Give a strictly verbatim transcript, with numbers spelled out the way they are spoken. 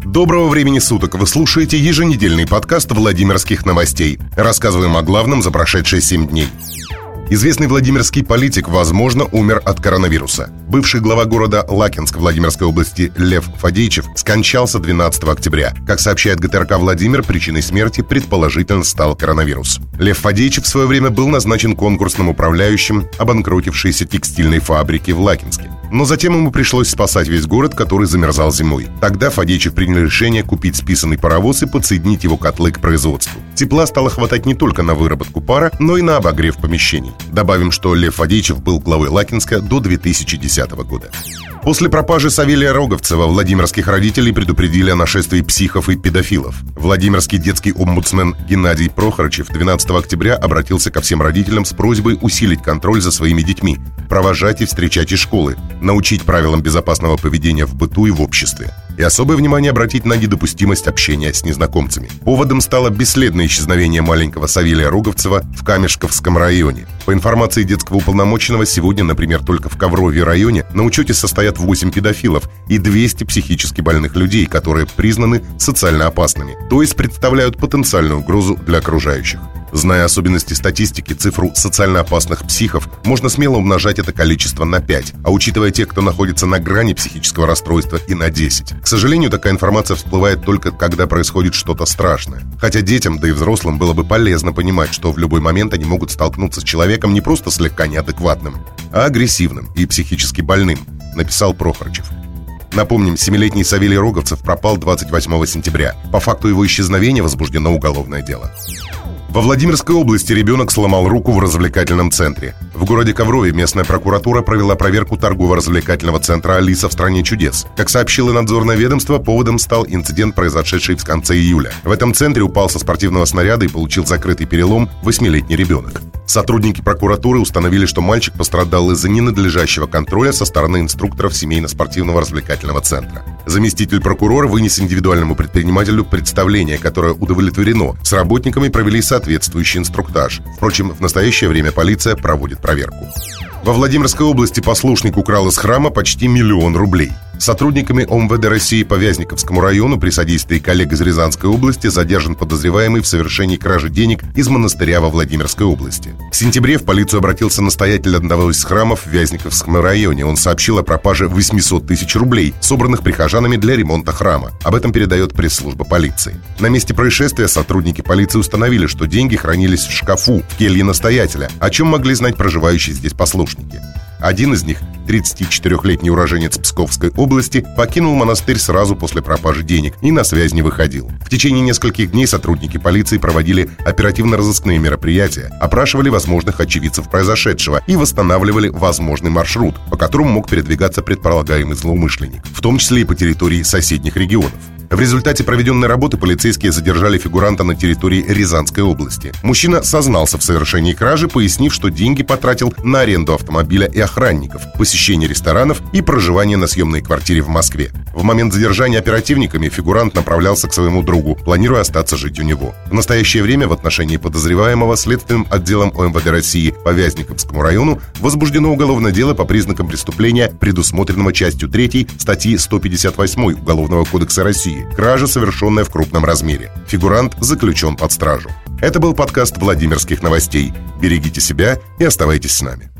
Доброго времени суток! Вы слушаете еженедельный подкаст Владимирских новостей. Рассказываем о главном за прошедшие семь дней. Известный владимирский политик, возможно, умер от коронавируса. Бывший глава города Лакинск Владимирской области Лев Фадейчев скончался двенадцатого октября. Как сообщает гэ тэ эр ка «Владимир», причиной смерти предположительно стал коронавирус. Лев Фадейчев в свое время был назначен конкурсным управляющим обанкротившейся текстильной фабрики в Лакинске. Но затем ему пришлось спасать весь город, который замерзал зимой. Тогда Фадейчев принял решение купить списанный паровоз и подсоединить его котлы к производству. Тепла стало хватать не только на выработку пара, но и на обогрев помещений. Добавим, что Лев Фадейчев был главой Лакинска до две тысячи десятого года. После пропажи Савелия Роговцева владимирских родителей предупредили о нашествии психов и педофилов. Владимирский детский омбудсмен Геннадий Прохорычев двенадцатого октября обратился ко всем родителям с просьбой усилить контроль за своими детьми, провожать и встречать из школы, научить правилам безопасного поведения в быту и в обществе. И особое внимание обратить на недопустимость общения с незнакомцами. Поводом стало бесследное исчезновение маленького Савелия Роговцева в Камешковском районе. По информации детского уполномоченного, сегодня, например, только в Коврове районе на учете состоят восемь педофилов и двести психически больных людей, которые признаны социально опасными, то есть представляют потенциальную угрозу для окружающих. Зная особенности статистики, цифру социально опасных психов можно смело умножать это количество на пять, а учитывая тех, кто находится на грани психического расстройства, и на десять. К сожалению, такая информация всплывает только когда происходит что-то страшное. Хотя детям, да и взрослым было бы полезно понимать, что в любой момент они могут столкнуться с человеком не просто слегка неадекватным, а агрессивным и психически больным, написал Прохорычев. Напомним, семилетний Савелий Роговцев пропал двадцать восьмого сентября. По факту его исчезновения возбуждено уголовное дело. Во Владимирской области ребенок сломал руку в развлекательном центре. В городе Коврове местная прокуратура провела проверку торгово-развлекательного центра «Алиса в стране чудес». Как сообщило надзорное ведомство, поводом стал инцидент, произошедший в конце июля. В этом центре упал со спортивного снаряда и получил закрытый перелом восьмилетний ребенок. Сотрудники прокуратуры установили, что мальчик пострадал из-за ненадлежащего контроля со стороны инструкторов семейно-спортивного развлекательного центра. Заместитель прокурора вынес индивидуальному предпринимателю представление, которое удовлетворено. С работниками провели соответствующий инструктаж. Впрочем, в настоящее время полиция проводит проверку. Во Владимирской области послушник украл из храма почти миллион рублей. Сотрудниками о эм вэ дэ России по Вязниковскому району при содействии коллег из Рязанской области задержан подозреваемый в совершении кражи денег из монастыря во Владимирской области. В сентябре в полицию обратился настоятель одного из храмов в Вязниковском районе. Он сообщил о пропаже восемьсот тысяч рублей, собранных прихожанами для ремонта храма. Об этом передает пресс-служба полиции. На месте происшествия сотрудники полиции установили, что деньги хранились в шкафу в келье настоятеля, о чем могли знать проживающие здесь послушники. Один из них, тридцатичетырёхлетний уроженец Псковской области, покинул монастырь сразу после пропажи денег и на связь не выходил. В течение нескольких дней сотрудники полиции проводили оперативно-розыскные мероприятия, опрашивали возможных очевидцев произошедшего и восстанавливали возможный маршрут, по которому мог передвигаться предполагаемый злоумышленник, в том числе и по территории соседних регионов. В результате проведенной работы полицейские задержали фигуранта на территории Рязанской области. Мужчина сознался в совершении кражи, пояснив, что деньги потратил на аренду автомобиля и охранников, посещение ресторанов и проживание на съемной квартире в Москве. В момент задержания оперативниками фигурант направлялся к своему другу, планируя остаться жить у него. В настоящее время в отношении подозреваемого следственным отделом о эм вэ дэ России по Вязниковскому району возбуждено уголовное дело по признакам преступления, предусмотренного частью третьей статьи сто пятьдесят восемь Уголовного кодекса России. Кража, совершенная в крупном размере. Фигурант заключен под стражу. Это был подкаст Владимирских новостей. Берегите себя и оставайтесь с нами.